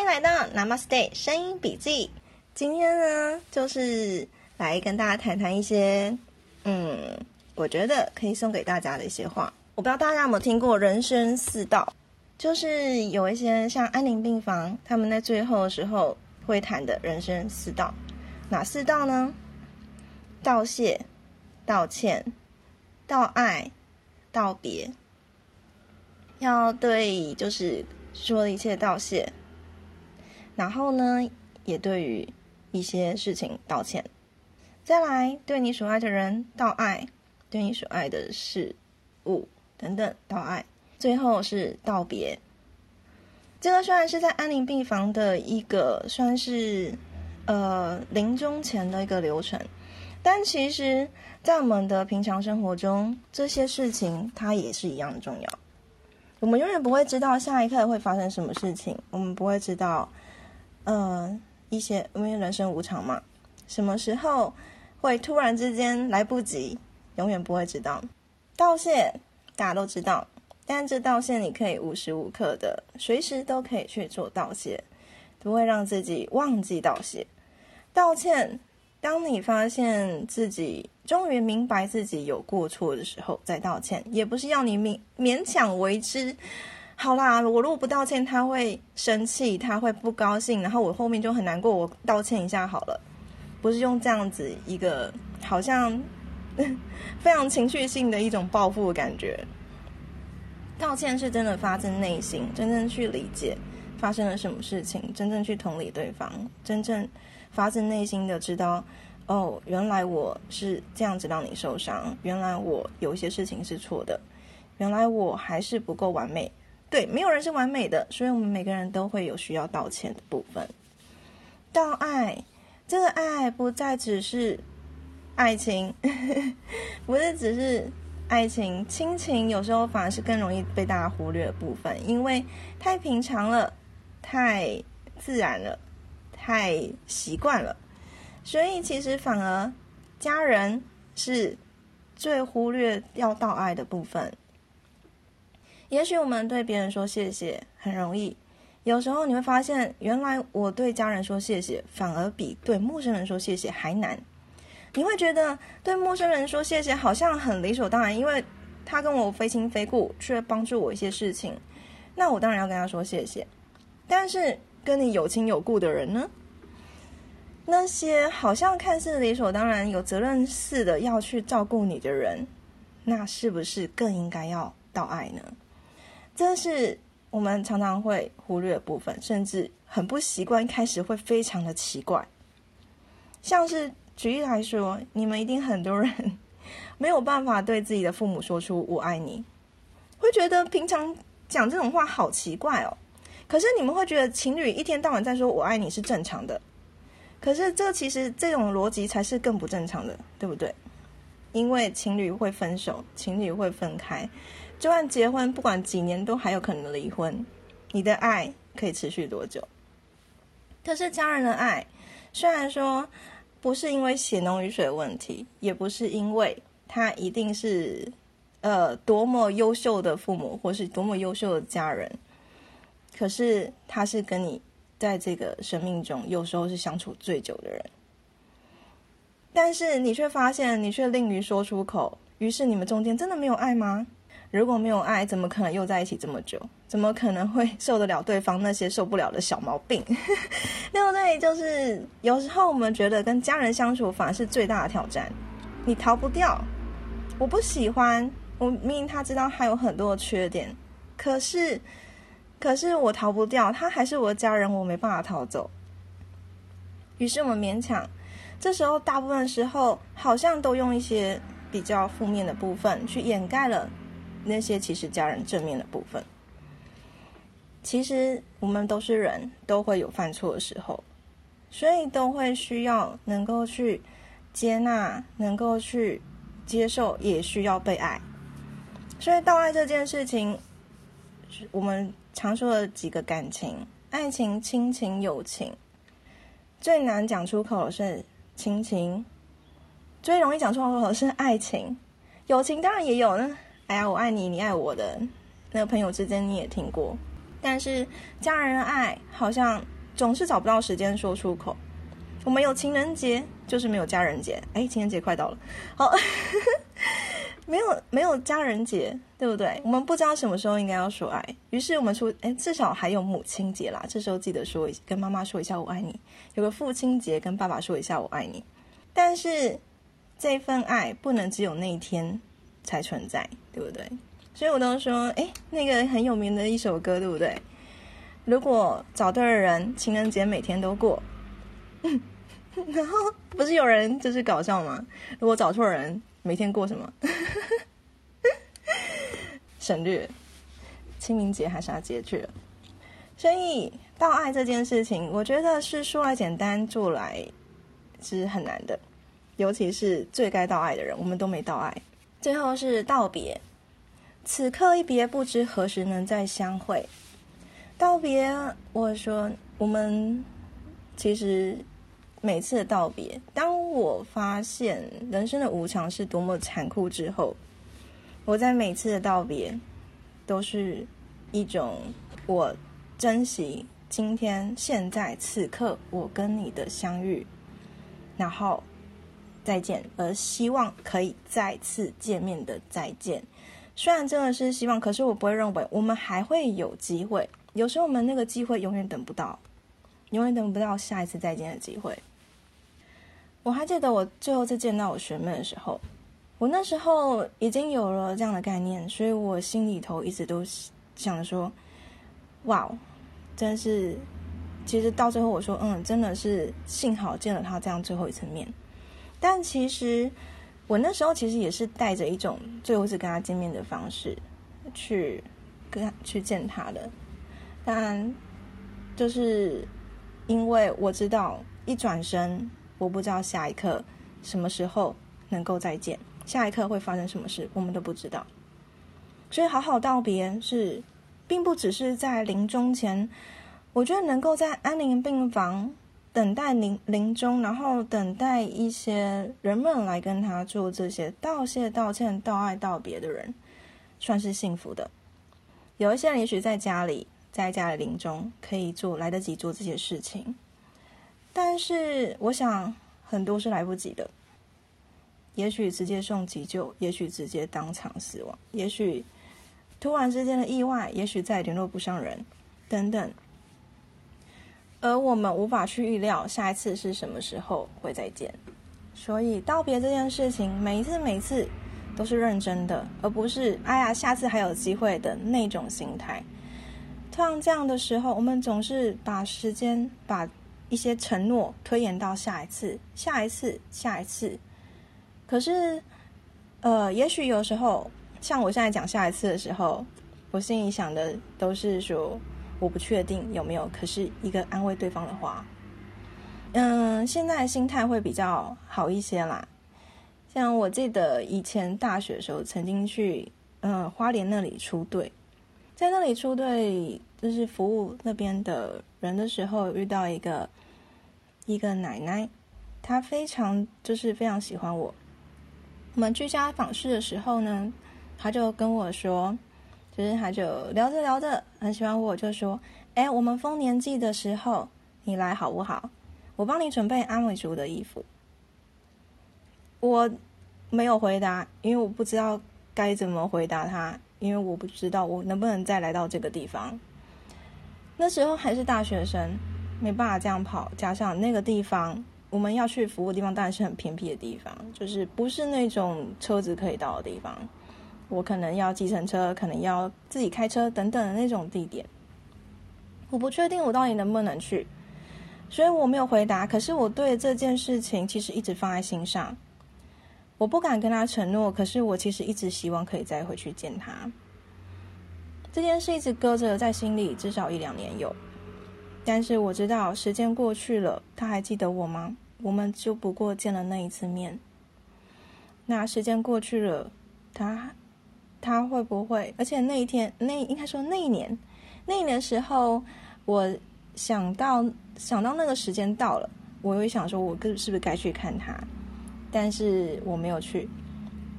迎来到 Namaste 声音笔记。今天呢，就是来跟大家谈谈一些我觉得可以送给大家的一些话。我不知道大家有没有听过人生四道，就是有一些像安宁病房他们在最后的时候会谈的人生四道。哪四道呢？道谢、道歉、道爱、道别。要对就是说一切道谢，然后呢也对于一些事情道歉，再来对你所爱的人道爱，对你所爱的事物等等道爱，最后是道别。这个虽然是在安宁病房的一个算是临终前的一个流程，但其实在我们的平常生活中，这些事情它也是一样的重要。我们永远不会知道下一刻会发生什么事情，我们不会知道一些，因为人生无常嘛，什么时候会突然之间来不及，永远不会知道。道谢大家都知道，但这道谢你可以无时无刻的随时都可以去做道谢，不会让自己忘记道谢。道歉，当你发现自己终于明白自己有过错的时候再道歉，也不是要你勉强为之。好啦，我如果不道歉他会生气，他会不高兴，然后我后面就很难过，我道歉一下好了。不是用这样子一个好像非常情绪性的一种报复的感觉。道歉是真的发自内心，真正去理解发生了什么事情，真正去同理对方，真正发自内心的知道原来我是这样子让你受伤，原来我有一些事情是错的，原来我还是不够完美。对，没有人是完美的，所以我们每个人都会有需要道歉的部分。道爱，这个爱不再只是爱情不是只是爱情，亲情有时候反而是更容易被大家忽略的部分，因为太平常了，太自然了，太习惯了，所以其实反而家人是最忽略要道爱的部分。也许我们对别人说谢谢很容易，有时候你会发现原来我对家人说谢谢反而比对陌生人说谢谢还难。你会觉得对陌生人说谢谢好像很理所当然，因为他跟我非亲非故，却帮助我一些事情，那我当然要跟他说谢谢。但是跟你有亲有故的人呢，那些好像看似理所当然有责任似的要去照顾你的人，那是不是更应该要道爱呢？这是我们常常会忽略的部分，甚至很不习惯，开始会非常的奇怪。像是举例来说，你们一定很多人没有办法对自己的父母说出我爱你，会觉得平常讲这种话好奇怪哦。可是你们会觉得情侣一天到晚在说我爱你是正常的，可是其实这种逻辑才是更不正常的，对不对？因为情侣会分手，情侣会分开，就算结婚不管几年都还有可能离婚，你的爱可以持续多久？可是家人的爱，虽然说不是因为血浓于水的问题，也不是因为他一定是多么优秀的父母或是多么优秀的家人，可是他是跟你在这个生命中有时候是相处最久的人，但是你却发现你却吝于说出口，于是你们中间真的没有爱吗？如果没有爱，怎么可能又在一起这么久？怎么可能会受得了对方那些受不了的小毛病？对不对？就是有时候我们觉得跟家人相处反而是最大的挑战，你逃不掉。我不喜欢，我明明他知道他有很多的缺点，可是我逃不掉，他还是我的家人，我没办法逃走。于是我们勉强，这时候大部分时候好像都用一些比较负面的部分去掩盖了那些其实家人正面的部分。其实我们都是人，都会有犯错的时候，所以都会需要能够去接纳，能够去接受，也需要被爱。所以道爱这件事情，我们常说的几个感情，爱情、亲情、友情，最难讲出口的是亲情，最容易讲出口的是爱情。友情当然也有呢，哎呀我爱你，你爱我的，那个朋友之间你也听过。 但是家人的爱好像总是找不到时间说出口。我们有情人节，就是没有家人节。情人节快到了，好，没有家人节，对不对？我们不知道什么时候应该要说爱，于是我们至少还有母亲节啦，这时候记得跟妈妈说一下我爱你，有个父亲节跟爸爸说一下我爱你。但是这份爱不能只有那一天才存在，对不对？所以我都说那个很有名的一首歌，对不对？如果找对了人，情人节每天都过然后不是有人就是搞笑吗？如果找错人，每天过什么省略，清明节还是要节去了。所以道爱这件事情，我觉得是说来简单，做来是很难的，尤其是最该道爱的人，我们都没道爱。最后是道别，此刻一别，不知何时能再相会。道别，我说我们其实每次的道别，当我发现人生的无常是多么残酷之后，我在每次的道别都是一种我珍惜今天现在此刻我跟你的相遇，然后再见，而希望可以再次见面的再见。虽然真的是希望，可是我不会认为我们还会有机会，有时候我们那个机会永远等不到下一次再见的机会。我还记得我最后一次见到我学妹的时候，我那时候已经有了这样的概念，所以我心里头一直都想说，哇，真是，其实到最后我说，真的是幸好见了他这样最后一次面。但其实我那时候其实也是带着一种最后一次跟他见面的方式去见他的，当然就是因为我知道一转身，我不知道下一刻什么时候能够再见，下一刻会发生什么事我们都不知道。所以好好道别是并不只是在临终前，我觉得能够在安宁病房等待临终，然后等待一些人们来跟他做这些道谢、道歉、道爱、道别的人，算是幸福的。有一些人也许在家里临终可以来得及做这些事情，但是我想很多是来不及的，也许直接送急救，也许直接当场死亡，也许突然之间的意外，也许再也联络不上人等等，而我们无法去预料下一次是什么时候会再见。所以道别这件事情每一次都是认真的，而不是下次还有机会的那种心态。通常这样的时候，我们总是把时间把一些承诺推延到下一次。可是也许有时候像我现在讲下一次的时候，我心里想的都是说我不确定有没有，可是一个安慰对方的话。现在心态会比较好一些啦。像我记得以前大学的时候曾经去花莲那里出队，在那里出队就是服务那边的人的时候，遇到一个奶奶，她非常喜欢我。我们居家访视的时候呢，她就跟我说，她就聊着很喜欢我，就说我们丰年祭的时候你来好不好？我帮你准备阿美族的衣服。我没有回答，因为我不知道该怎么回答他，因为我不知道我能不能再来到这个地方。那时候还是大学生，没办法这样跑，加上那个地方我们要去服务的地方当然是很偏僻的地方，就是不是那种车子可以到的地方，我可能要计程车，可能要自己开车等等的那种地点。我不确定我到底能不能去，所以我没有回答。可是我对这件事情其实一直放在心上，我不敢跟他承诺，可是我其实一直希望可以再回去见他。这件事一直搁着在心里，至少1-2年有。但是我知道时间过去了，他还记得我吗？我们就不过见了那一次面。那时间过去了，他会不会？而且那一天，应该说那一年的时候，我想到那个时间到了，我会想说我是不是该去看他，但是我没有去，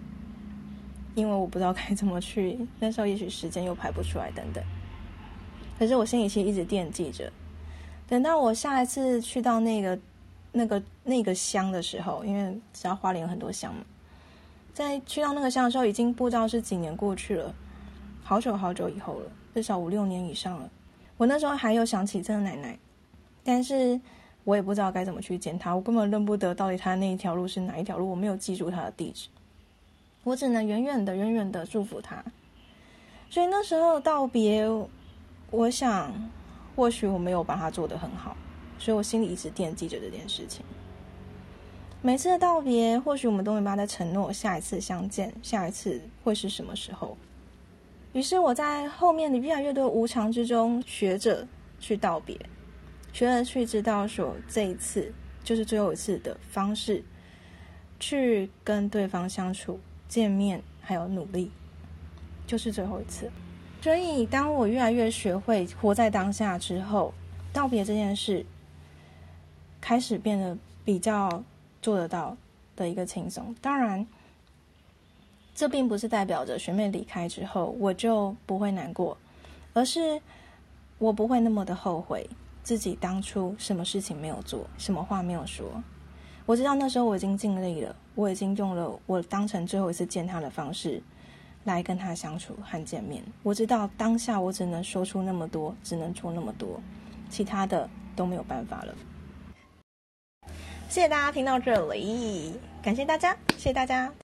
因为我不知道该怎么去，那时候也许时间又排不出来等等。 可是我心里其实一直惦记着。等到我下一次去到那个乡的时候，因为知道花莲有很多乡嘛，在去到那个乡的时候，已经不知道是几年过去了，好久好久以后了，至少5-6年以上了。我那时候还有想起这个奶奶，但是我也不知道该怎么去见她，我根本认不得到底她那一条路是哪一条路，我没有记住她的地址，我只能远远的祝福她。所以那时候道别，我想或许我没有把它做得很好，所以我心里一直惦记着这件事情。每次的道别，或许我们都没办法再承诺下一次相见，下一次会是什么时候。于是我在后面的越来越多无常之中，学着去道别，学着去知道说这一次就是最后一次的方式，去跟对方相处、见面还有努力，就是最后一次。所以当我越来越学会活在当下之后，道别这件事开始变得比较做得到的一个轻松。当然这并不是代表着学妹离开之后我就不会难过，而是我不会那么的后悔自己当初什么事情没有做，什么话没有说。我知道那时候我已经尽力了，我已经用了我当成最后一次见他的方式来跟他相处和见面。我知道当下我只能说出那么多，只能做那么多，其他的都没有办法了。谢谢大家听到这里，感谢大家，谢谢大家。